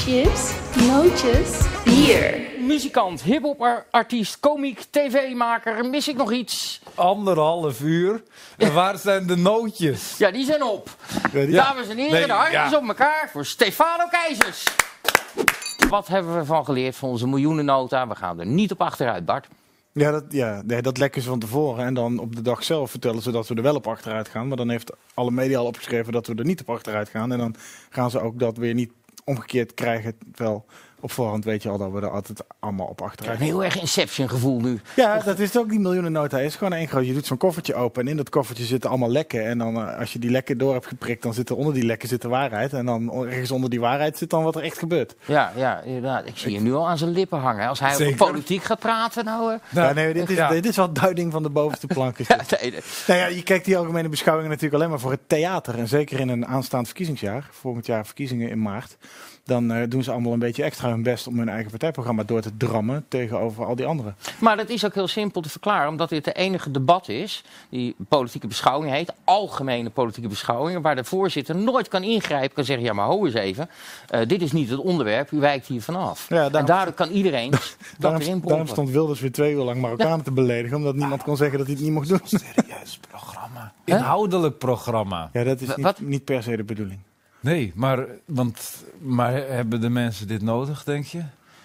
chips, nootjes, bier. Muzikant, hip-hop-artiest, komiek, tv-maker. Mis ik nog iets? 1,5 uur. En waar zijn de nootjes? Ja, die zijn op. Dames en heren, de handjes op elkaar voor Stefano Keizers. Wat hebben we van geleerd van onze miljoenennota? We gaan er niet op achteruit, Bart. Dat lekken ze van tevoren. En dan op de dag zelf vertellen ze dat we er wel op achteruit gaan. Maar dan heeft alle media al opgeschreven dat we er niet op achteruit gaan. En dan gaan ze ook dat weer niet omgekeerd krijgen. Terwijl op voorhand weet je al dat we er altijd allemaal op achteruit gaan. Een heel erg Inception gevoel nu. Ja, dat is ook die miljoenennota. Het is gewoon één groot. Je doet zo'n koffertje open en in dat koffertje zitten allemaal lekken. En dan als je die lekken door hebt geprikt, dan zit er onder die lekken zit de waarheid. En dan ergens onder die waarheid zit dan wat er echt gebeurt. Ja, inderdaad. Ik zie je nu al aan zijn lippen hangen. Als hij over politiek gaat praten, Dit is wel duiding van de bovenste plank. Je kijkt die algemene beschouwingen natuurlijk alleen maar voor het theater. En zeker in een aanstaand verkiezingsjaar, volgend jaar verkiezingen in maart. Dan doen ze allemaal een beetje extra hun best om hun eigen partijprogramma door te drammen tegenover al die anderen. Maar dat is ook heel simpel te verklaren, omdat dit de enige debat is, die politieke beschouwing heet, algemene politieke beschouwingen, waar de voorzitter nooit kan ingrijpen, kan zeggen, ja maar ho eens even, dit is niet het onderwerp, u wijkt hier vanaf. Ja, en daardoor kan iedereen dat erin pompen. Daarom stond Wilders weer 2 uur lang Marokkanen te beledigen, omdat niemand kon zeggen dat hij het niet mocht doen. Serieus programma. Inhoudelijk programma. Ja, dat is niet per se de bedoeling. Nee, maar hebben de mensen dit nodig, denk je?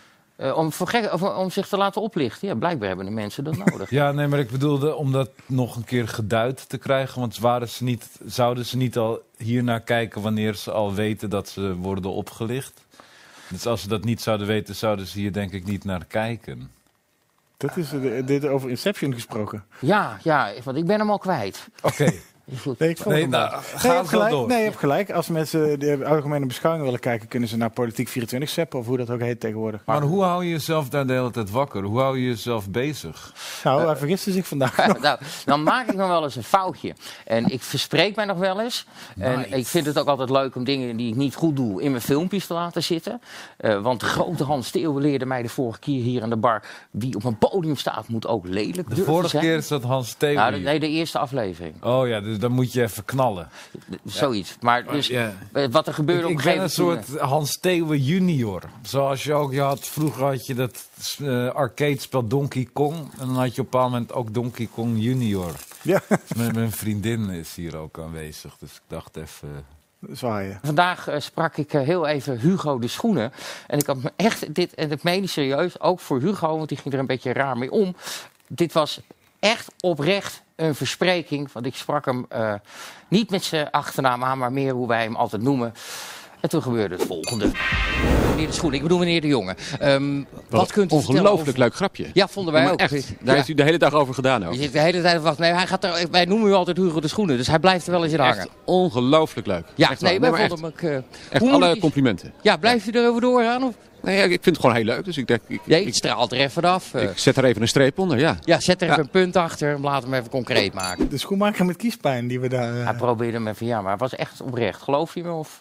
Om zich te laten oplichten. Ja, blijkbaar hebben de mensen dat nodig. Ja, nee, maar ik bedoelde om dat nog een keer geduid te krijgen. Want zouden ze niet al hiernaar kijken wanneer ze al weten dat ze worden opgelicht? Dus als ze dat niet zouden weten, zouden ze hier denk ik niet naar kijken. Dat is dit over Inception gesproken. Ja, want ik ben hem al kwijt. Oké. Je hebt gelijk. Als mensen de algemene beschouwingen willen kijken, kunnen ze naar Politiek 24 zeppen of hoe dat ook heet tegenwoordig. Maar hoe hou je jezelf daar de hele tijd wakker? Hoe hou je jezelf bezig? Nou, hij vergiste zich vandaag. Nou, dan maak ik nog wel eens een foutje. En ik verspreek mij nog wel eens. Nice. En ik vind het ook altijd leuk om dingen die ik niet goed doe in mijn filmpjes te laten zitten. Want de grote Hans Steeuwen leerde mij de vorige keer hier aan de bar, wie op een podium staat moet ook lelijk durven zijn. De vorige keer is dat Hans Steeuwen. Nou, de eerste aflevering. Oh ja, dus dan moet je even knallen. Zoiets. Maar dus, wat er gebeurde op een gegeven moment. Ik ben een soort Hans Steeuwen junior. Zoals je had, vroeger had je dat arcade spel Donkey Kong. En dan had je op een bepaald moment ook Donkey Kong junior. Ja. Mijn vriendin is hier ook aanwezig. Dus ik dacht even... zwaaien. Vandaag sprak ik heel even Hugo de Schoenen. En ik had me echt, en dat meen ik serieus, ook voor Hugo, want die ging er een beetje raar mee om. Dit was echt oprecht een verspreking, want ik sprak hem niet met zijn achternaam aan, maar meer hoe wij hem altijd noemen. En toen gebeurde het volgende. Meneer de Schoenen, ik bedoel meneer de Jonge. Wat kunt u ongelooflijk leuk grapje. Ja, vonden wij ook. Echt, daar heeft u de hele dag over gedaan ook. Je zit de hele tijd wacht. Nee, wij noemen u altijd Hugo de Schoenen, dus hij blijft er wel eens in hangen. Echt ongelooflijk leuk. Ja, echt wij vonden hem ook... echt alle complimenten. Ja, blijft u erover doorgaan? Of? Nee, ik vind het gewoon heel leuk. Dus ik denk, ik straalt er even af. Ik zet er even een streep onder, ja. Ja, zet er even een punt achter. Laat hem even concreet maken. De schoenmaker met kiespijn die we daar... Hij probeerde hem even, maar het was echt oprecht. Geloof je me? Of?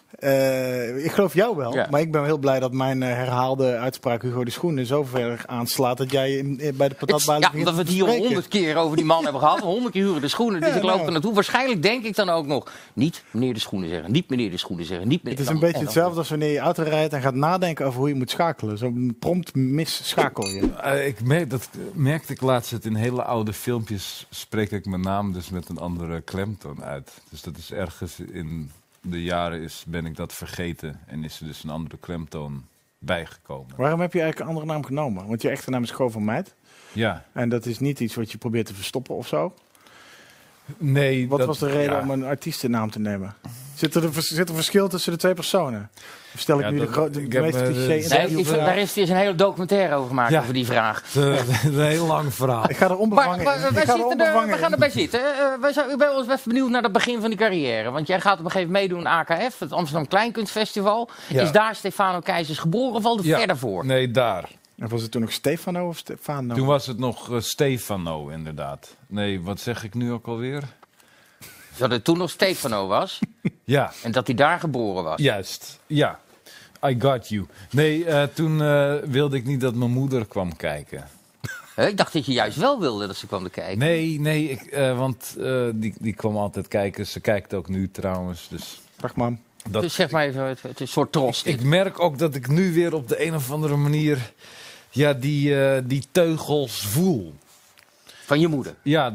Ik geloof jou wel. Maar ik ben heel blij dat mijn herhaalde uitspraak Hugo de Schoenen zo ver aanslaat dat jij bij de patatbalie begint omdat we het hier 100 keer over die man hebben gehad. 100 keer Hugo de Schoenen. Dus ik loop er naartoe. Waarschijnlijk denk ik dan ook nog, niet meneer de Schoenen zeggen. Niet meneer de Schoenen zeggen. Niet meneer... Het is een beetje hetzelfde als wanneer je auto rijdt en gaat nadenken over hoe je moet schakelen. Zo prompt misschakel je. Dat merkte ik laatst. In hele oude filmpjes spreek ik mijn naam dus met een andere klemtoon uit. Dus dat is ergens in de jaren ben ik dat vergeten. En is er dus een andere klemtoon bijgekomen. Waarom heb je eigenlijk een andere naam genomen? Want je echte naam is Go van Meid. Ja. En dat is niet iets wat je probeert te verstoppen of zo? Nee. Wat was de reden om een artiestennaam te nemen? Zit er verschil tussen de twee personen? Of stel ik nu de meest cliché... Daar is een hele documentaire over gemaakt, over die vraag. Een heel lang verhaal. Ik ga er onbevangen we gaan erbij zitten. Ik ben wel eens even benieuwd naar het begin van die carrière. Want jij gaat op een gegeven moment meedoen aan AKF, het Amsterdam Kleinkunstfestival. Ja. Is daar Stefano Keizers geboren of al verder voor? Nee, daar. En was het toen nog Stefano of Stefano? Toen was het nog Stefano, inderdaad. Nee, wat zeg ik nu ook alweer? Dat het toen nog Stefano was? Ja. En dat hij daar geboren was? Juist, ja. I got you. Nee, toen wilde ik niet dat mijn moeder kwam kijken. Ik dacht dat je juist wel wilde dat ze kwam kijken. Nee, want die kwam altijd kijken. Ze kijkt ook nu trouwens. Dus. Dag mam. Dus zeg maar even, het is een soort tros. Ik merk ook dat ik nu weer op de een of andere manier die teugels voel. Van je moeder? Ja,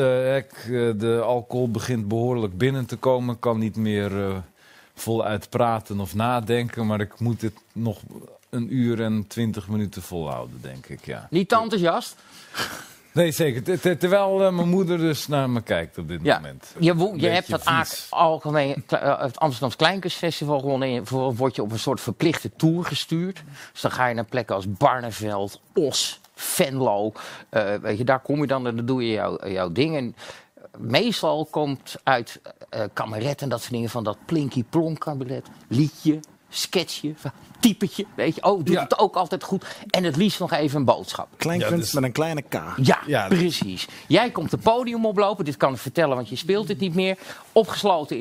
de alcohol begint behoorlijk binnen te komen. Ik kan niet meer voluit praten of nadenken. Maar ik moet het nog 1 uur en 20 minuten volhouden, denk ik. Ja. Niet te enthousiast? Nee, zeker. Terwijl mijn moeder dus naar me kijkt op dit moment. Je hebt dat algemeen het Amsterdams Kleinkunstfestival gewonnen. Word je op een soort verplichte tour gestuurd. Dus dan ga je naar plekken als Barneveld, Os, Venlo. Weet je, daar kom je dan en dan doe je jouw ding. En meestal komt uit kameretten en dat soort dingen van dat plinky-plonk cabaret, liedje, sketchje, typetje, weet je. Oh, doet het ook altijd goed. En het liefst nog even een boodschap. Kleinkunst met een kleine K. Ja, precies. Jij komt het podium oplopen, dit kan ik vertellen, want je speelt dit niet meer. Opgesloten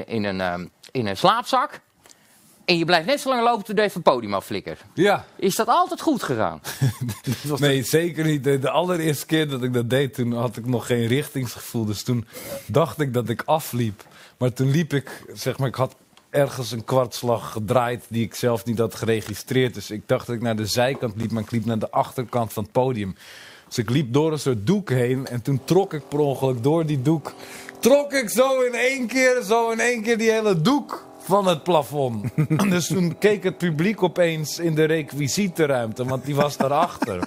in een slaapzak. En je blijft net zo lang lopen tot je even het podium afflikkert. Ja. Is dat altijd goed gegaan? Nee, zeker niet. De allereerste keer dat ik dat deed, toen had ik nog geen richtingsgevoel. Dus toen dacht ik dat ik afliep. Maar toen liep ik, ik had ergens een kwartslag gedraaid die ik zelf niet had geregistreerd. Dus ik dacht dat ik naar de zijkant liep, maar ik liep naar de achterkant van het podium. Dus ik liep door een soort doek heen en toen trok ik per ongeluk door die doek. Trok ik zo in één keer die hele doek van het plafond. Dus toen keek het publiek opeens in de requisietenruimte, want die was daarachter.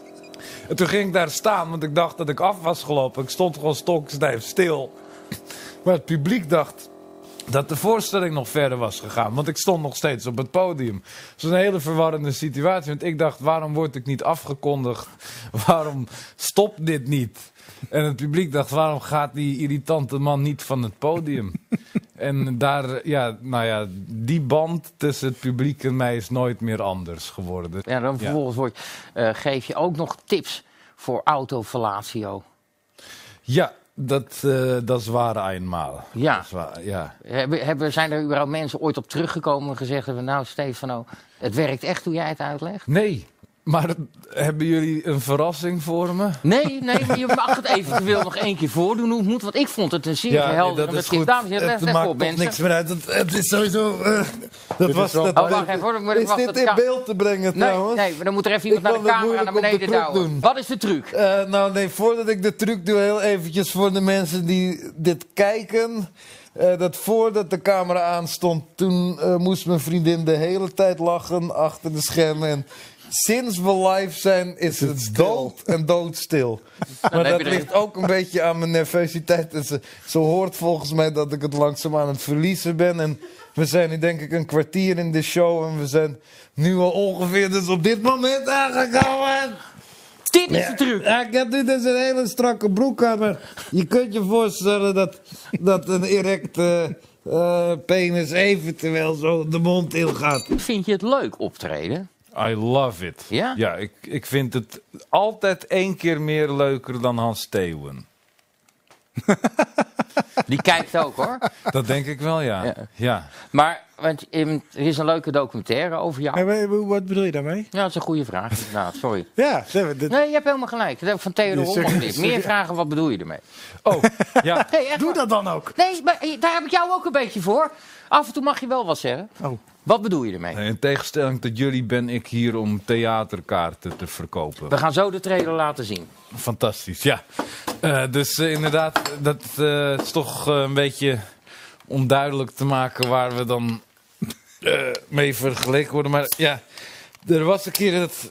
En toen ging ik daar staan, want ik dacht dat ik af was gelopen. Ik stond gewoon stokstijf stil. Maar het publiek dacht dat de voorstelling nog verder was gegaan. Want ik stond nog steeds op het podium. Het was een hele verwarrende situatie. Want ik dacht, waarom word ik niet afgekondigd? Waarom stopt dit niet? En het publiek dacht, waarom gaat die irritante man niet van het podium? En daar, die band tussen het publiek en mij is nooit meer anders geworden. Ja, dan vervolgens geef je ook nog tips voor autofellatio. Ja. Dat is waar eenmaal. Ja. Dat is waar, ja. Zijn er überhaupt mensen ooit op teruggekomen en gezegd hebben, nou Stefano, het werkt echt hoe jij het uitlegt? Nee, maar hebben jullie een verrassing voor me? Nee, maar je mag het eventueel nog 1 keer voordoen hoe het moet, want ik vond het een zeer helder. Dat is goed. Dames en heren, het maakt toch niks meer uit. Het is sowieso... wacht even hoor. Is dit in beeld te brengen trouwens? Nee, maar dan moet er even iemand naar de camera naar beneden douwen. Wat is de truc? Voordat ik de truc doe, heel eventjes voor de mensen die dit kijken. Dat voordat de camera aanstond, toen moest mijn vriendin de hele tijd lachen achter de schermen. En sinds we live zijn is het dood en doodstil. Maar dat ligt ook een beetje aan mijn nervositeit. En ze hoort volgens mij dat ik het langzaam aan het verliezen ben. En we zijn nu denk ik een kwartier in de show. En we zijn nu al ongeveer dus op dit moment aangekomen. Dit is de truc. Ja, ik heb nu dus een hele strakke broek aan. Maar je kunt je voorstellen dat een erecte penis eventueel zo de mond in gaat. Vind je het leuk optreden? I love it. Ja? Ja, ik vind het altijd 1 keer meer leuker dan Hans Steeuwen. Die kijkt ook hoor. Dat denk ik wel, ja. Maar want, er is een leuke documentaire over jou. Hey, wat bedoel je daarmee? Ja, dat is een goede vraag inderdaad, sorry. Ja, Nee, je hebt helemaal gelijk. Dat heb ik van Theodor Hommel geleerd. Meer vragen, wat bedoel je ermee? Oh, ja. Hey, doe dat dan ook. Nee, maar daar heb ik jou ook een beetje voor. Af en toe mag je wel wat zeggen. Oh. Wat bedoel je ermee? In tegenstelling tot jullie ben ik hier om theaterkaarten te verkopen. We gaan zo de trailer laten zien. Fantastisch, ja. Dus inderdaad, dat is toch een beetje onduidelijk te maken waar we dan mee vergeleken worden. Maar ja, er was een keer dat...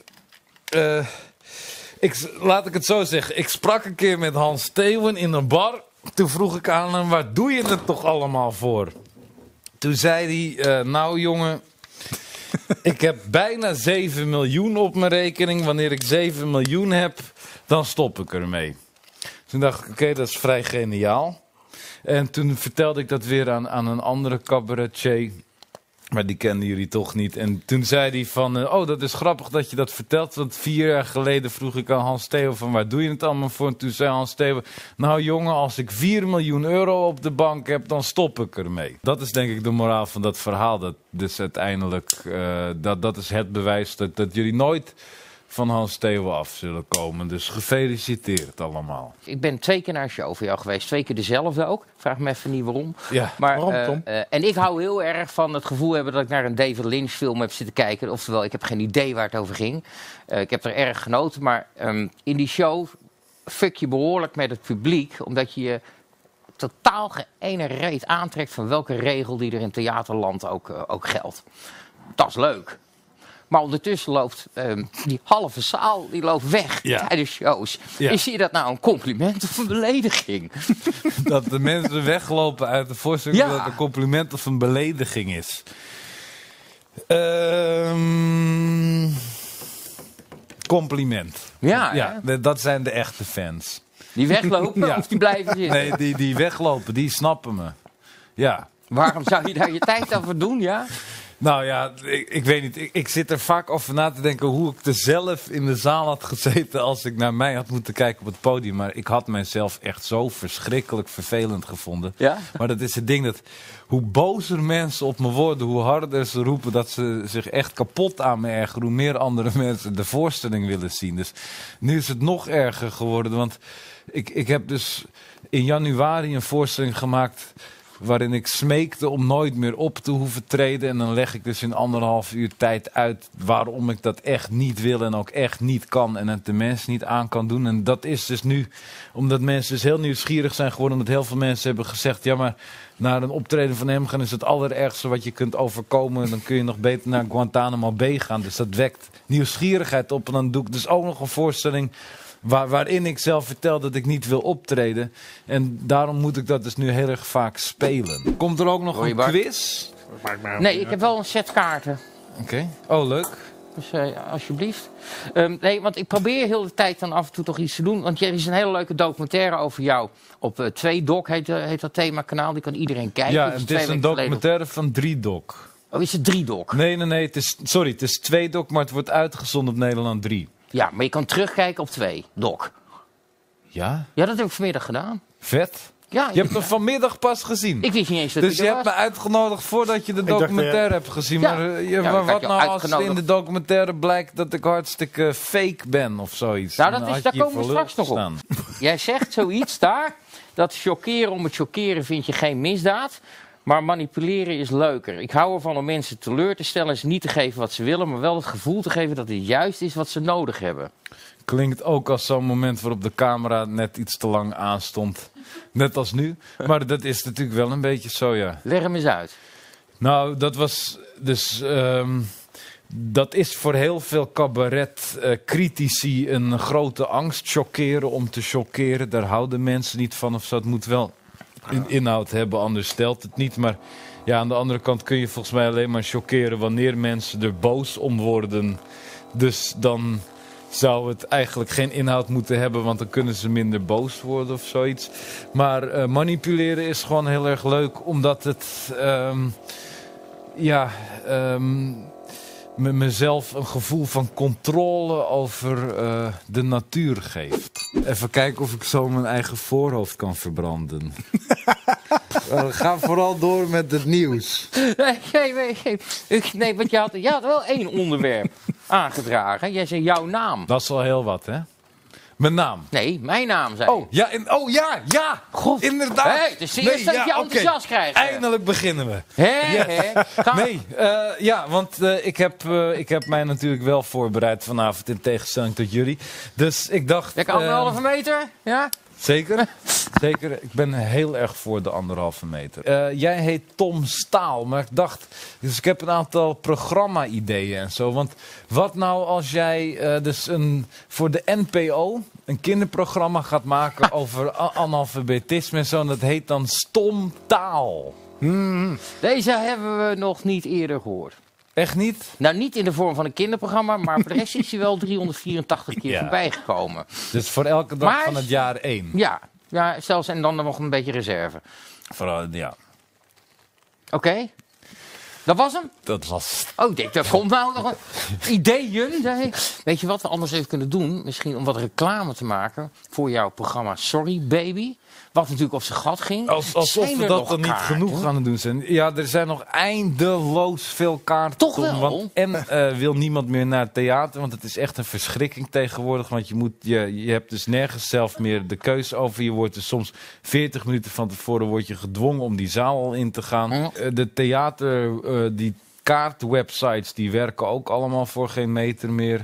laat ik het zo zeggen. Ik sprak een keer met Hans Steeuwen in een bar. Toen vroeg ik aan hem, waar doe je het toch allemaal voor? Toen zei hij, nou jongen, ik heb bijna 7 miljoen op mijn rekening. Wanneer ik 7 miljoen heb, dan stop ik ermee. Toen dacht ik, oké, dat is vrij geniaal. En toen vertelde ik dat weer aan een andere cabaretier. Maar die kenden jullie toch niet. En toen zei hij van, oh, dat is grappig dat je dat vertelt. Want 4 jaar geleden vroeg ik aan Hans Steeuwen van, waar doe je het allemaal voor? En toen zei Hans Steeuwen, nou jongen, als ik 4 miljoen euro op de bank heb, dan stop ik ermee. Dat is denk ik de moraal van dat verhaal. Dat dus uiteindelijk, dat is het bewijs dat jullie nooit van Hans Theo af zullen komen. Dus gefeliciteerd allemaal. Ik ben 2 keer naar een show voor jou geweest. 2 keer dezelfde ook. Vraag me even niet waarom. Ja, maar, waarom, Tom? En ik hou heel erg van het gevoel hebben dat ik naar een David Lynch film heb zitten kijken. Oftewel, ik heb geen idee waar het over ging. Ik heb er erg genoten. Maar in die show fuck je behoorlijk met het publiek. Omdat je totaal geen ene reet aantrekt van welke regel die er in theaterland ook geldt. Dat is leuk. Maar ondertussen loopt die halve zaal die loopt weg tijdens shows. Ja. Is je dat nou een compliment of een belediging? Dat de mensen weglopen uit de voorstelling Ja. dat het een compliment of een belediging is. Compliment. Ja, Dat zijn de echte fans. die weglopen Ja. of die blijven zitten? Nee, die weglopen, die snappen me. Ja. Waarom zou je daar je tijd aan voor doen, ja? Nou ja, ik weet niet. Ik zit er vaak over na te denken hoe ik er zelf in de zaal had gezeten als ik naar mij had moeten kijken op het podium. Maar ik had mijzelf echt zo verschrikkelijk vervelend gevonden. Ja? Maar dat is het ding dat hoe bozer mensen op me worden, hoe harder ze roepen dat ze zich echt kapot aan me ergeren, hoe meer andere mensen de voorstelling willen zien. Dus nu is het nog erger geworden, want ik heb dus in januari een voorstelling gemaakt waarin ik smeekte om nooit meer op te hoeven treden. En dan leg ik dus in 1,5 uur tijd uit waarom ik dat echt niet wil en ook echt niet kan. En het de mensen niet aan kan doen. En dat is dus nu, omdat mensen dus heel nieuwsgierig zijn geworden. Omdat heel veel mensen hebben gezegd, ja maar naar een optreden van hem gaan is het allerergste wat je kunt overkomen. Dan kun je nog beter naar Guantanamo Bay gaan. Dus dat wekt nieuwsgierigheid op. En dan doe ik dus ook nog een voorstelling waarin ik zelf vertel dat ik niet wil optreden. En daarom moet ik dat dus nu heel erg vaak spelen. Komt er ook nog een quiz? Nee, ik heb wel een set kaarten. Oké. Oh, leuk. Dus alsjeblieft. Nee, want ik probeer heel de tijd dan af en toe toch iets te doen. Want er is een hele leuke documentaire over jou. Op 2Doc heet dat themakanaal. Die kan iedereen kijken. Ja, Die het 2 is een weken geleden documentaire van 3Doc. Oh, is het 3Doc? Nee, het is 2Doc, maar het wordt uitgezonden op Nederland 3. Ja, maar je kan terugkijken op 2Doc. Ja? Ja, dat heb ik vanmiddag gedaan. Vet. Ja, Je hebt hem vanmiddag pas gezien. ik wist niet eens dat Dus hij je er hebt me was. uitgenodigd voordat je de dacht, documentaire hebt gezien. ja. Maar, Ja, maar ik had wat je nou als uitgenodigd. in de documentaire blijkt dat ik hartstikke fake ben of zoiets? Nou, Dan dat is- had daar je komen we voor lul straks nog op. gestaan. Jij zegt zoiets daar, dat chockeren om het chockeren vind je geen misdaad. Maar manipuleren is leuker. Ik hou ervan om mensen teleur te stellen en ze niet te geven wat ze willen, maar wel het gevoel te geven dat het juist is wat ze nodig hebben. Klinkt ook als zo'n moment waarop de camera net iets te lang aanstond. Net als nu. Maar dat is natuurlijk wel een beetje zo, ja. Leg hem eens uit. Nou, dat was dus... dat is voor heel veel cabaret-critici een grote angst. Chockeren om te chockeren. Daar houden mensen niet van of zo. Het moet wel inhoud hebben, anders stelt het niet. Maar ja, aan de andere kant kun je volgens mij alleen maar chockeren wanneer mensen er boos om worden. Dus dan zou het eigenlijk geen inhoud moeten hebben, want dan kunnen ze minder boos worden of zoiets. Maar manipuleren is gewoon heel erg leuk, omdat het mezelf een gevoel van controle over de natuur geeft. Even kijken of ik zo mijn eigen voorhoofd kan verbranden. Ga vooral door met het nieuws. Nee, want je had wel 1 onderwerp aangedragen. Jij zei jouw naam. Dat is al heel wat, hè? Mijn naam. Nee, mijn naam zei je. Ja, God. inderdaad. Hey, het is de eerste dat je oké. enthousiast krijgt. Eindelijk beginnen we. Want ik heb mij natuurlijk wel voorbereid vanavond in tegenstelling tot jullie. Dus ik dacht... Lekker 1,5 meter, ja? Zeker. Zeker. Ik ben heel erg voor de 1,5 meter. Jij heet Tom Staal, maar ik dacht... Dus ik heb een aantal programma-ideeën en zo. Want wat nou als jij voor de NPO een kinderprogramma gaat maken over analfabetisme en zo. En dat heet dan Stom Taal. Deze hebben we nog niet eerder gehoord. Echt niet? Nou, niet in de vorm van een kinderprogramma, maar voor de rest is hij wel 384 keer Ja. voorbij gekomen. Dus voor elke dag Maar- van het jaar 1. Ja, zelfs en dan nog een beetje reserve. Vooral, ja. Oké. Dat was hem? Dat was... Oh, ik denk, daar komt nou nog een ideeën. Nee. Weet je wat we anders even kunnen doen? Misschien om wat reclame te maken voor jouw programma Sorry Baby. Wat natuurlijk op zijn gat ging. Alsof Zijn we er dat nog dan niet kaarten? genoeg aan het doen zijn. Ja, er zijn nog eindeloos veel kaarten. Toch Tom, wel? wil niemand meer naar het theater, want het is echt een verschrikking tegenwoordig. Want je hebt dus nergens zelf meer de keuze over. Je wordt dus soms 40 minuten van tevoren word je gedwongen om die zaal al in te gaan. Ja. De theater, die kaartwebsites, die werken ook allemaal voor geen meter meer.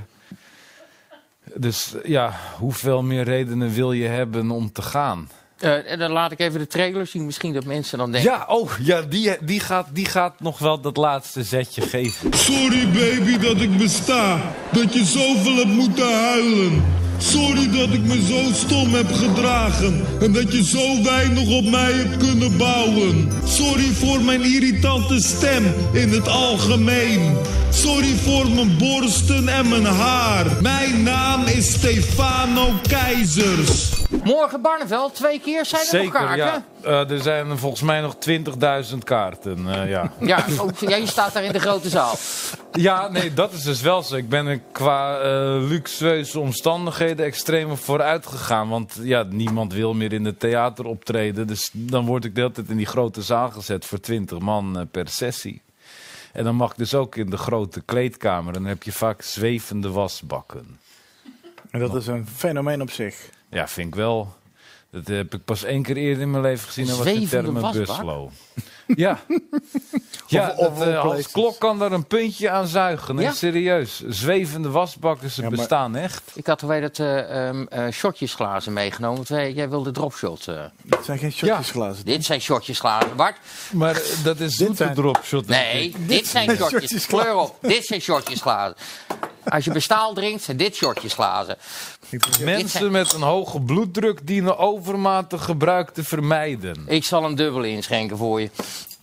Dus ja, hoeveel meer redenen wil je hebben om te gaan? En dan laat ik even de trailer zien. Misschien dat mensen dan denken... Ja, die gaat nog wel dat laatste zetje geven. Sorry baby dat ik besta, dat je zoveel hebt moeten huilen. Sorry dat ik me zo stom heb gedragen en dat je zo weinig op mij hebt kunnen bouwen. Sorry voor mijn irritante stem in het algemeen. Sorry voor mijn borsten en mijn haar. Mijn naam is Stefano Keizers. Morgen Barneveld, 2 keer zijn er nog kaarten. Ja. Er zijn volgens mij nog 20.000 kaarten. Ja. Ja, je staat daar in de grote zaal. Ja, nee, dat is dus wel zo. Ik ben er qua luxueuze omstandigheden extreem vooruit gegaan. Want ja, niemand wil meer in het theater optreden. Dus dan word ik de hele tijd in die grote zaal gezet voor 20 man per sessie. En dan mag ik dus ook in de grote kleedkamer. En dan heb je vaak zwevende wasbakken. En dat is een fenomeen op zich. Ja, vind ik wel. Dat heb ik pas 1 keer eerder in mijn leven gezien. Dat was de Zwevende termen wasbak? buslo. Ja. Ja, Hans Klok kan daar een puntje aan zuigen. Nee, Ja? serieus. Zwevende wasbakken, ze Ja, maar- bestaan echt. Ik had alweer dat shotjesglazen meegenomen. Want jij wilde dropshot. Het zijn geen shotjesglazen. Dit zijn shotjesglazen. Bart? Maar dat is Dit zoete zijn- dropshot. Nee, dit zijn shotjes. shotjesglazen. Kleur op. Dit zijn shotjesglazen. Als je bestaal drinkt, zijn dit shotjesglazen. Mensen met een hoge bloeddruk dienen overmatig gebruik te vermijden. Ik zal een dubbel inschenken voor je.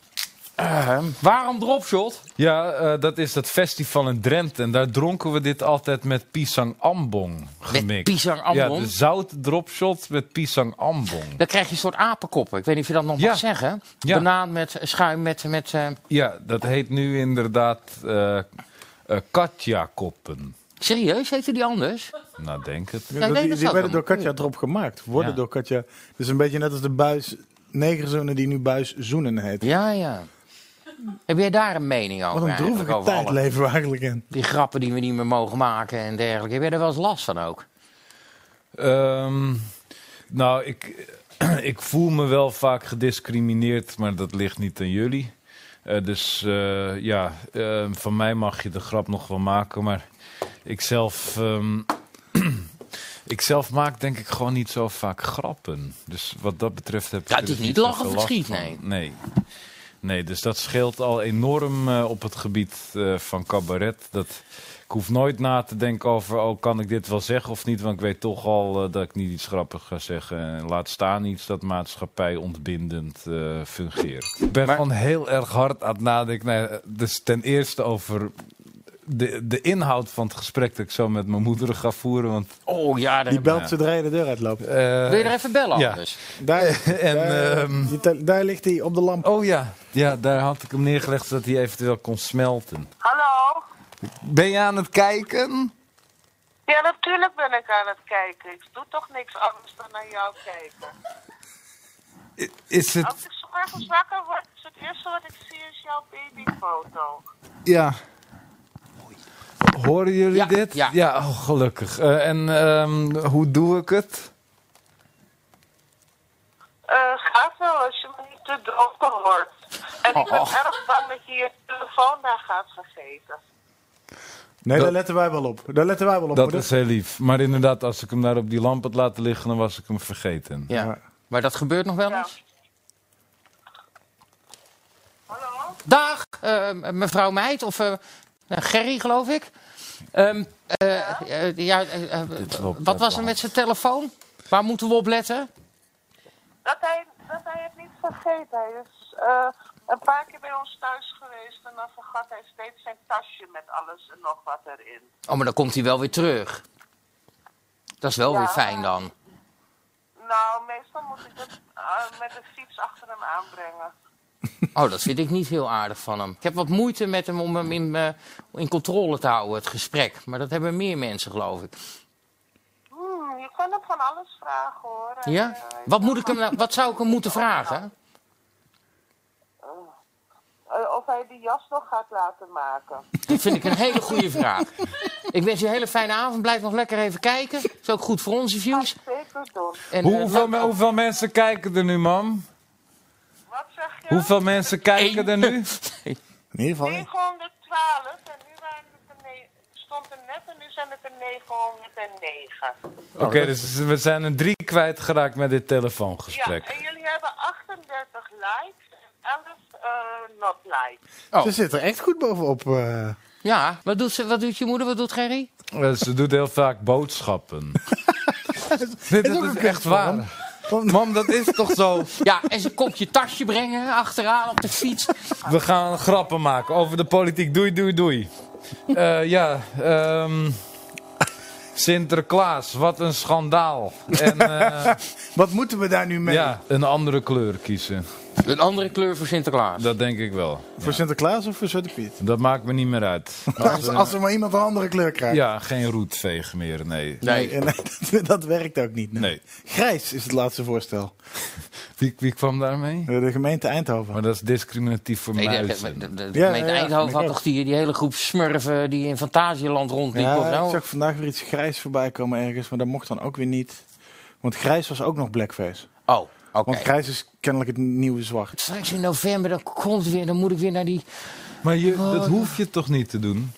Waarom dropshot? Ja, dat is dat festival in Drenthe. En daar dronken we dit altijd met pisang ambong gemixt. Met pisang ambong? Ja, de zout dropshot met pisang ambong. Dan krijg je een soort apenkop. Ik weet niet of je dat nog Ja. mag zeggen. Ja. Banaan met schuim met Ja, dat heet nu inderdaad Katja-koppen. serieus, heette die anders? Nou, denk het. nee, dat die zou werden dan- door Katja erop gemaakt. Worden Ja. door Katja. Dus een beetje net als de buis negerzoenen die nu buis zoenen heet. Ja, ja. Heb jij daar een mening over? Wat een eigenlijk, droevige over tijd alle- leven we eigenlijk in. Die grappen die we niet meer mogen maken en dergelijke. Heb jij er wel eens last van ook? Nou, ik voel me wel vaak gediscrimineerd, maar dat ligt niet aan jullie. Van mij mag je de grap nog wel maken, maar ik zelf maak denk ik gewoon niet zo vaak grappen. Dus wat dat betreft heb ik Ja, er het is dus niet zoveel lachen of last verschiet, van. nee. Nee, dus dat scheelt al enorm op het gebied van cabaret. Ik hoef nooit na te denken over, kan ik dit wel zeggen of niet? Want ik weet toch al dat ik niet iets grappigs ga zeggen. En laat staan iets dat maatschappij ontbindend fungeert. Ik ben gewoon heel erg hard aan het nadenken. Dus ten eerste over de inhoud van het gesprek dat ik zo met mijn moeder ga voeren. Want, Oh ja, Die belt zodra je de deur uitloopt. wil je er even bellen ja. anders? Daar ligt hij op de lamp. oh ja, daar had ik hem neergelegd zodat hij eventueel kon smelten. Hallo? Ben je aan het kijken? Ja, natuurlijk ben ik aan het kijken. Ik doe toch niks anders dan naar jou kijken. Is het... Als ik 's morgens wakker word, is het eerste wat ik zie is jouw babyfoto. Ja. Horen jullie Ja, dit? ja. Gelukkig. Hoe doe ik het? Gaat wel als je me niet te dronken wordt. En ik ben erg bang dat je je telefoon daar gaat vergeten. Nee, daar letten wij wel op. Daar letten wij wel op. Dat moeder. is heel lief. Maar inderdaad, als ik hem daar op die lamp had laten liggen, dan was ik hem vergeten. Ja. Ja. Maar dat gebeurt nog wel Ja. eens? Hallo? Dag, mevrouw Meid, of Gerry, geloof ik. Wat was er met zijn telefoon? Waar moeten we op letten? Dat hij het niet vergeet. Hij is een paar keer bij ons thuis geweest en dan vergat hij steeds zijn tasje met alles en nog wat erin. Oh, maar dan komt hij wel weer terug. Dat is wel weer fijn dan. Nou, meestal moet ik het met de fiets achter hem aanbrengen. Oh, dat vind ik niet heel aardig van hem. Ik heb wat moeite met hem om hem in controle te houden, het gesprek. Maar dat hebben meer mensen, geloof ik. Je je kan hem van alles vragen, hoor. En, Ja? Wat zou ik hem moeten vragen? Of hij die jas nog gaat laten maken. Dat vind ik een hele goede vraag. Ik wens je een hele fijne avond. Blijf nog lekker even kijken. Dat is ook goed voor onze views. Zeker doen. En, Hoeveel mensen kijken er nu, mam? Wat zeg je? Hoeveel mensen kijken er nu? In ieder geval. 912 en nu stond er net en nu zijn het er 909. Oké, dus we zijn er 3 kwijtgeraakt met dit telefoongesprek. Ja, en jullie hebben 38 likes en 11 not likes. Oh. Ze zit er echt goed bovenop. Ja, wat doet je moeder? Wat doet Gerry? Ze doet heel vaak boodschappen. Dit ook een is echt waar. Mam, dat is toch zo? Ja, en ze komt je tasje brengen achteraan op de fiets. We gaan grappen maken over de politiek. Doei. Sinterklaas, wat een schandaal. En, Wat moeten we daar nu mee? ja, een andere kleur kiezen. Een andere kleur voor Sinterklaas. Dat denk ik wel. Voor Sinterklaas of voor Zwarte Piet? Dat maakt me niet meer uit. Als er maar iemand een andere kleur krijgt. Ja, geen roetveeg meer, nee. Nee. Dat werkt ook niet. Nee. Grijs is het laatste voorstel. Wie kwam daarmee? De gemeente Eindhoven. Maar dat is discriminatief voor Nee, mij. de gemeente Ja, Eindhoven had ik toch die hele groep smurfen die in Fantasieland rondliepen of Ja, zo? ik zag vandaag weer iets grijs voorbij komen ergens, maar dat mocht dan ook weer niet. Want grijs was ook nog blackface. Oh, oké. Want grijs is kennelijk het nieuwe zwart. Straks in november, dan moet ik weer naar die... Maar dat hoef je toch niet te doen?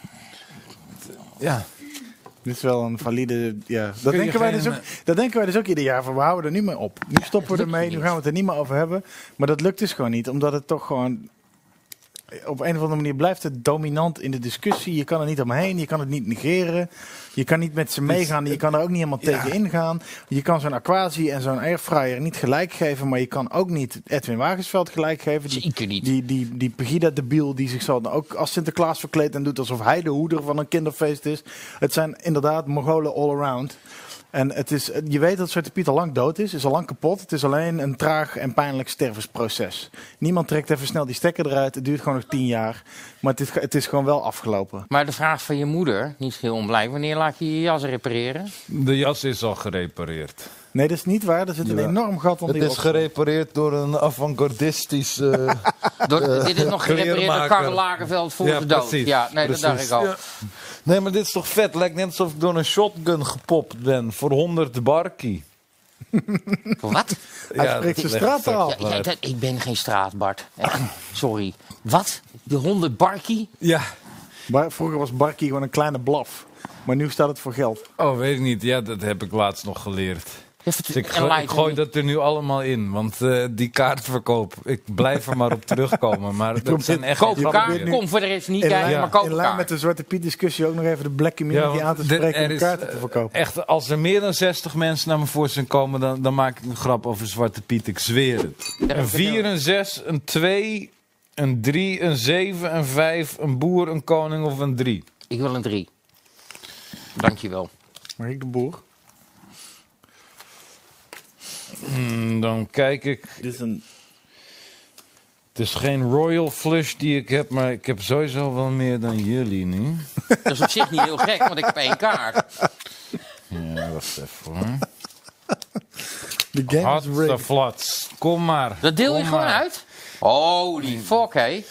Ja. Dit is wel een valide... Ja. Kun je Dat denken wij dus ook ieder jaar van, we houden er niet meer op. Nu stoppen we ermee, nu gaan we het er niet meer over hebben. Maar dat lukt dus gewoon niet, omdat het toch gewoon... Op een of andere manier blijft het dominant in de discussie. Je kan er niet omheen, je kan het niet negeren. Je kan niet met ze meegaan, je kan er ook niet helemaal tegen ingaan. Je kan zo'n Aquasi en zo'n Airfryer niet gelijk geven, maar je kan ook niet Edwin Wagensveld gelijk geven. Zeker niet. Die Pegida-debiel die zich ook als Sinterklaas verkleedt en doet alsof hij de hoeder van een kinderfeest is. Het zijn inderdaad Mongolen all around. En je weet dat Zwarte Piet al lang dood is al lang kapot. Het is alleen een traag en pijnlijk stervensproces. Niemand trekt even snel die stekker eruit. Het duurt gewoon nog 10 jaar. Maar het is gewoon wel afgelopen. Maar de vraag van je moeder, niet heel onblij, wanneer laat je je jas repareren? De jas is al gerepareerd. Nee, dat is niet waar. Er zit een enorm gat onder Het is gerepareerd door een avant-gardistisch... Dit is nog gerepareerd door Karel Lagerveld voor de dood. Precies, Ja, nee, dat dacht ik al. Ja. Nee, maar dit is toch vet? Lijkt net alsof ik door een shotgun gepopt ben voor 100 barkie. Wat? Hij spreekt zijn straattaal. Ja, ik ben geen straat, Bart. Echt, sorry. Wat? De 100 barkie? Ja. Vroeger was barkie gewoon een kleine blaf. Maar nu staat het voor geld. Oh, weet ik niet. Ja, dat heb ik laatst nog geleerd. Dus ik Enlighten gooi me. dat er nu allemaal in. Want die kaartverkoop, ik blijf er maar op terugkomen. Maar dat zijn echt Koop geen elkaar, grappen. kom voor de rest niet In kijken, lijn, maar koop in lijn elkaar. met de Zwarte Piet discussie ook nog even de black community aan te spreken om kaarten te verkopen. Echt, als er meer dan 60 mensen naar me voor zijn komen, dan maak ik een grap over Zwarte Piet. Ik zweer het. Een 4, een 6, een 2, een 3, een 7, een 5, een boer, een koning of een 3. Ik wil een 3. Dankjewel. Mag ik de boer? Dan kijk ik. Dit is een... Het is geen Royal Flush die ik heb, maar ik heb sowieso wel meer dan jullie nu. Dat is op zich niet heel gek, want ik heb 1 kaart. Ja, wacht even hoor. De game is Hot rigged. flats. Kom maar. Dat deel je Kom gewoon maar. uit? Holy fuck, hé.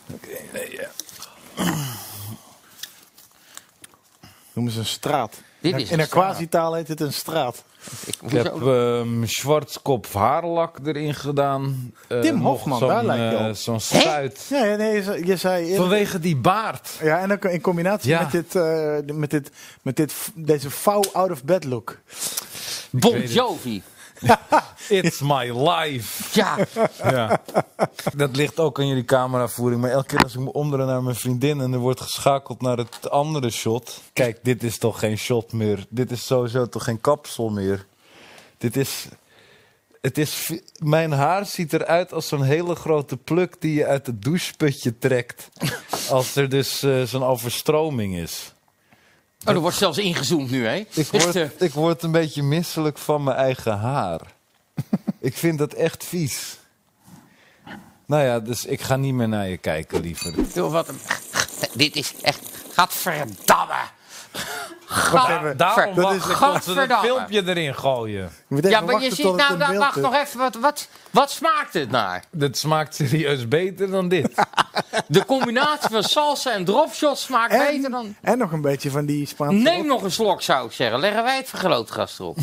Noemen ze een straat. Dit is In een een quasi-taal heet het een straat. Ik heb Schwarzkopf haarlak erin gedaan. Tim nog Hofman, daar lijkt je op. Zo'n stuit. Ja, nee, je zei... Vanwege die baard. Ja, en ook in combinatie Ja. met deze foul out-of-bed look. Bon Jovi. It's my life. Ja, Ja. Dat ligt ook aan jullie cameravoering. Maar elke keer als ik me omdraai naar mijn vriendin en er wordt geschakeld naar het andere shot. Kijk, dit is toch geen shot meer. Dit is sowieso toch geen kapsel meer. Mijn haar ziet eruit als zo'n hele grote pluk die je uit het doucheputje trekt. Als er dus zo'n overstroming is. oh, er wordt zelfs ingezoomd nu, hè? Ik word een beetje misselijk van mijn eigen haar. Ik vind dat echt vies. Nou ja, dus ik ga niet meer naar je kijken, liever. Dit is echt... Gadverdamme. Daarom wacht ik Gadverdamme. het filmpje erin gooien. Ja, maar je ziet nou, wacht nog even, wat smaakt het naar? Dat smaakt serieus beter dan dit. De combinatie van salsa en dropshot smaakt beter dan... En nog een beetje van die Spaanse... Neem nog een slok, zou ik zeggen. Leggen wij het vergrootglas erop.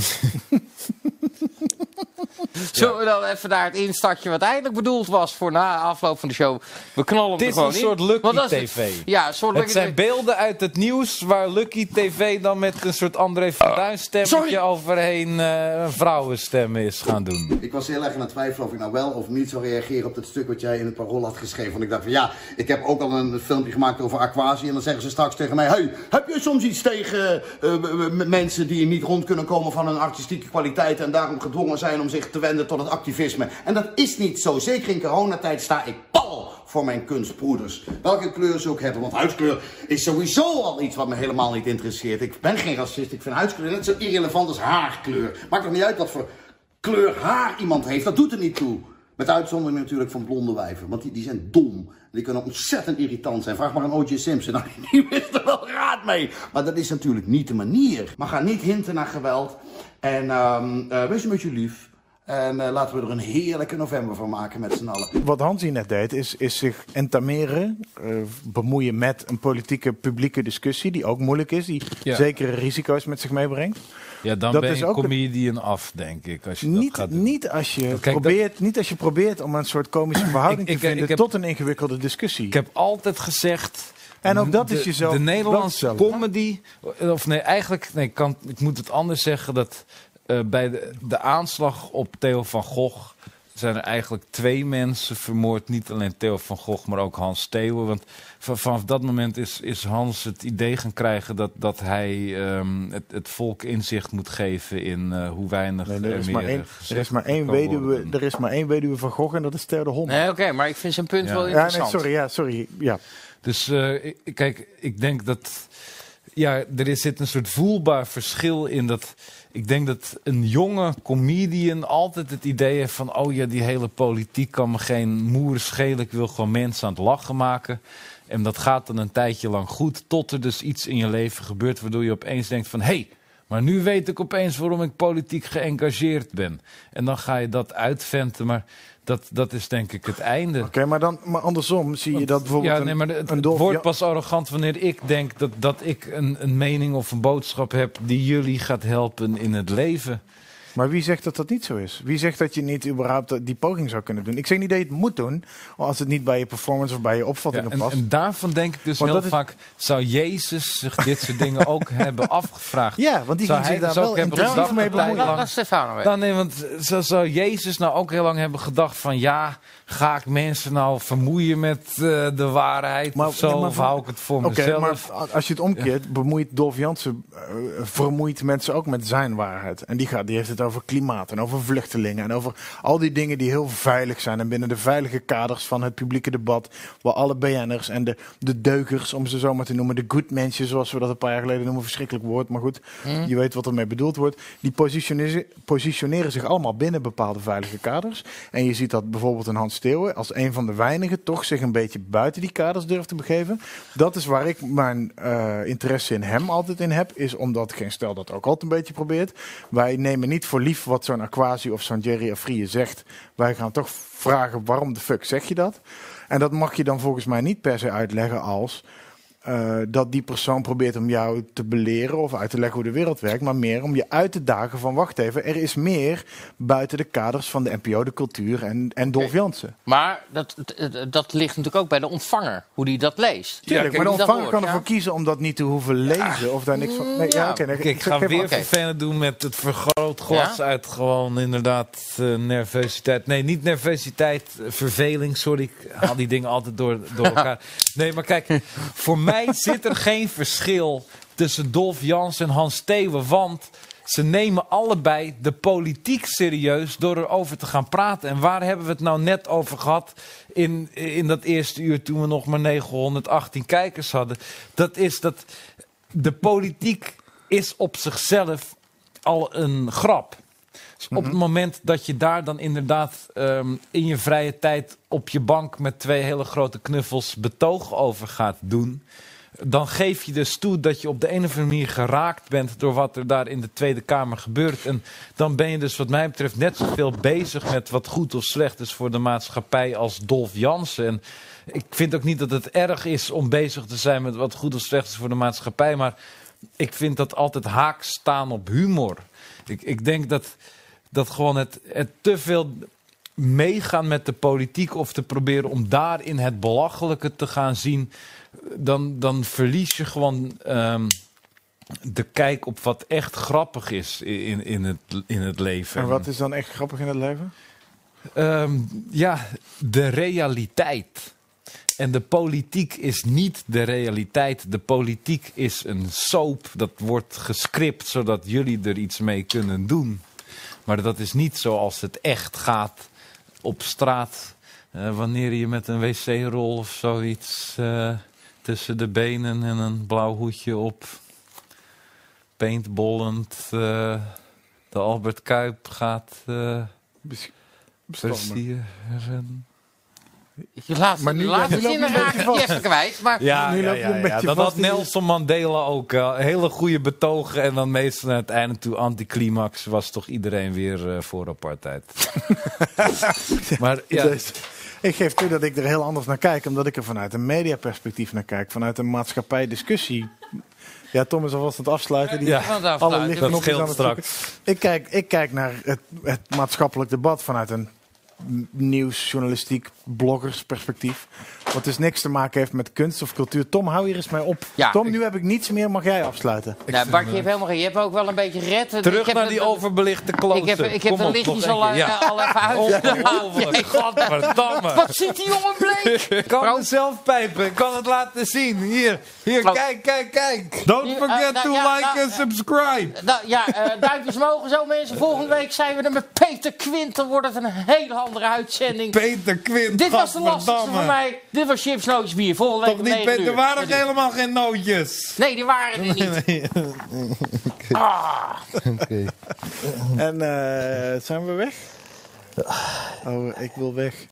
Zullen we dan even naar het instartje wat eigenlijk bedoeld was voor na afloop van de show? We knallen hem er gewoon in. Het is een soort Lucky TV. Ja, een soort het zijn beelden uit het nieuws waar Lucky TV dan met een soort André van Duin stemmetje overheen een vrouwenstem is gaan doen. Ik was heel erg aan het twijfelen of ik nou wel of niet zou reageren op dat stuk wat jij in het Parool had geschreven. Want ik dacht van ja, ik heb ook al een filmpje gemaakt over Aquasi en dan zeggen ze straks tegen mij: hey, heb je soms iets tegen mensen die niet rond kunnen komen van hun artistieke kwaliteiten en daarom gedwongen zijn om zich te wenden tot het activisme? En dat is niet zo. Zeker in coronatijd sta ik pal voor mijn kunstbroeders. Welke kleur ze ook hebben. Want huidskleur is sowieso al iets wat me helemaal niet interesseert. Ik ben geen racist. Ik vind huidskleur net zo irrelevant als haarkleur. Maakt toch niet uit wat voor kleur haar iemand heeft. Dat doet er niet toe. Met uitzondering natuurlijk van blonde wijven. Want die zijn dom. Die kunnen ontzettend irritant zijn. Vraag maar aan O.J. Simpson. Nou, die wist er wel raad mee. Maar dat is natuurlijk niet de manier. Maar ga niet hinten naar geweld. En wees een beetje lief. En laten we er een heerlijke november van maken met z'n allen. Wat Hansie net deed, is zich entameren, bemoeien met een politieke publieke discussie die ook moeilijk is, die zekere risico's met zich meebrengt. Ja, dan dat ben is je ook comedian af, denk ik. Als je niet, dat gaat doen. niet als je Kijk, probeert, niet als je probeert om een soort komische verhouding te vinden tot een ingewikkelde discussie. Ik heb altijd gezegd. En ook dat is jezelf. De Nederlandse comedy. Of nee, eigenlijk. Nee, ik moet het anders zeggen. Dat bij de aanslag op Theo van Gogh zijn er eigenlijk 2 mensen vermoord. Niet alleen Theo van Gogh, maar ook Hans Steeuwen. Want vanaf dat moment is Hans het idee gaan krijgen dat hij het volk inzicht moet geven in hoe weinig er is maar één weduwe van Gogh en dat is Theo de Hond. Nee, oké, maar ik vind zijn punt wel interessant. Sorry. Dus kijk, ik denk dat er zit een soort voelbaar verschil in dat. Ik denk dat een jonge comedian altijd het idee heeft van, oh ja, die hele politiek kan me geen moer schelen. Ik wil gewoon mensen aan het lachen maken. En dat gaat dan een tijdje lang goed, tot er dus iets in je leven gebeurt waardoor je opeens denkt van, hé, maar nu weet ik opeens waarom ik politiek geëngageerd ben. En dan ga je dat uitventen, maar dat is denk ik het einde. Oké, maar andersom zie je dat bijvoorbeeld... Ja, nee, maar het wordt pas arrogant wanneer ik denk dat ik een mening of een boodschap heb die jullie gaat helpen in het leven. Maar wie zegt dat dat niet zo is? Wie zegt dat je niet überhaupt die poging zou kunnen doen? Ik zeg niet dat je het moet doen, als het niet bij je performance of bij je opvattingen past. En daarvan denk ik dus heel vaak, zou Jezus zich dit soort dingen ook hebben afgevraagd? Ja, want die ging zich daar wel intensief mee bemoeien. Nee, want zou Jezus nou ook heel lang hebben gedacht van, ja, ga ik mensen nou vermoeien met de waarheid of hou ik het voor mezelf? Maar als je het omkeert, bemoeit Dolf Jansen vermoeit mensen ook met zijn waarheid. En die heeft het over klimaat en over vluchtelingen en over al die dingen die heel veilig zijn en binnen de veilige kaders van het publieke debat, waar alle BN'ers en de deugers, om ze zo maar te noemen, de good mensen, zoals we dat een paar jaar geleden noemen, verschrikkelijk woord, maar goed, je weet wat ermee bedoeld wordt, die positioneren zich allemaal binnen bepaalde veilige kaders. En je ziet dat bijvoorbeeld een Hans Steeuwen als een van de weinigen toch zich een beetje buiten die kaders durft te begeven. Dat is waar ik mijn interesse in hem altijd in heb, is omdat Geen Stijl dat ook altijd een beetje probeert. Wij nemen niet voor lief wat zo'n Aquasi of zo'n Jerry Afrië zegt. Wij gaan toch vragen, waarom de fuck zeg je dat? En dat mag je dan volgens mij niet per se uitleggen als dat die persoon probeert om jou te beleren of uit te leggen hoe de wereld werkt, maar meer om je uit te dagen van, wacht even, er is meer buiten de kaders van de NPO, de cultuur en Dolf Jansen. Maar dat ligt natuurlijk ook bij de ontvanger, hoe die dat leest. Tuurlijk, maar de ontvanger kan ervoor kiezen om dat niet te hoeven lezen of daar niks van... Ik ga weer vervelend doen met het vergrootglas uit gewoon inderdaad nervositeit. Nee, niet nervositeit, verveling, sorry, ik haal die dingen altijd door elkaar. Nee, maar kijk, voor mij zit er geen verschil tussen Dolf Jansen en Hans Steeuwen, want ze nemen allebei de politiek serieus door erover te gaan praten. En waar hebben we het nou net over gehad in dat eerste uur toen we nog maar 918 kijkers hadden? Dat is dat de politiek is op zichzelf al een grap. Dus op het moment dat je daar dan inderdaad in je vrije tijd op je bank met 2 hele grote knuffels betoog over gaat doen, dan geef je dus toe dat je op de een of andere manier geraakt bent door wat er daar in de Tweede Kamer gebeurt. En dan ben je dus wat mij betreft net zoveel bezig met wat goed of slecht is voor de maatschappij als Dolf Jansen. En ik vind ook niet dat het erg is om bezig te zijn met wat goed of slecht is voor de maatschappij, maar ik vind dat altijd haaks staan op humor. Ik denk dat gewoon het te veel meegaan met de politiek of te proberen om daarin het belachelijke te gaan zien, dan verlies je gewoon de kijk op wat echt grappig is in het leven. En wat is dan echt grappig in het leven? De realiteit. En de politiek is niet de realiteit. De politiek is een soap. Dat wordt gescript zodat jullie er iets mee kunnen doen. Maar dat is niet zoals het echt gaat op straat. Wanneer je met een wc-rol of zoiets tussen de benen en een blauw hoedje op, paintballend, de Albert Kuip gaat versieren. Je laatste zinnen raak ik even kwijt. Maar dat had Nelson Mandela ook. Hele goede betogen. En dan meestal aan het einde toe anticlimax was toch iedereen weer voor apartheid. Maar ja. Dus, ik geef toe dat ik er heel anders naar kijk. Omdat ik er vanuit een mediaperspectief naar kijk. Vanuit een maatschappij-discussie. Ja, Tom is alvast aan het afsluiten. Alle lichtknopjes aan het straks. Ik kijk naar het maatschappelijk debat vanuit een nieuws, journalistiek, bloggersperspectief. Wat dus niks te maken heeft met kunst of cultuur. Tom, hou hier eens mee op. Ja, Tom, nu heb ik niets meer. Mag jij afsluiten? Nou, Bart, je hebt helemaal geen. Je hebt ook wel een beetje red. Terug naar die overbelichte kloten. Ik heb de lichtjes al even uit. Godverdamme. Wat ziet die jongen bleek? Ik kan het zelf pijpen. Ik kan het laten zien. Hier, kijk. Don't forget to like and subscribe. Duimpjes mogen zo, mensen. Volgende week zijn we er met Peter Quint. Dan wordt het een hele andere uitzending. Peter Quint. Dit was de lastigste voor mij. Dit was Chips, Nootjes, Bier. Volgende week toch niet, Peter? Er waren helemaal geen nootjes. Nee, die waren er niet. Nee. Okay. En zijn we weg? Oh, ik wil weg.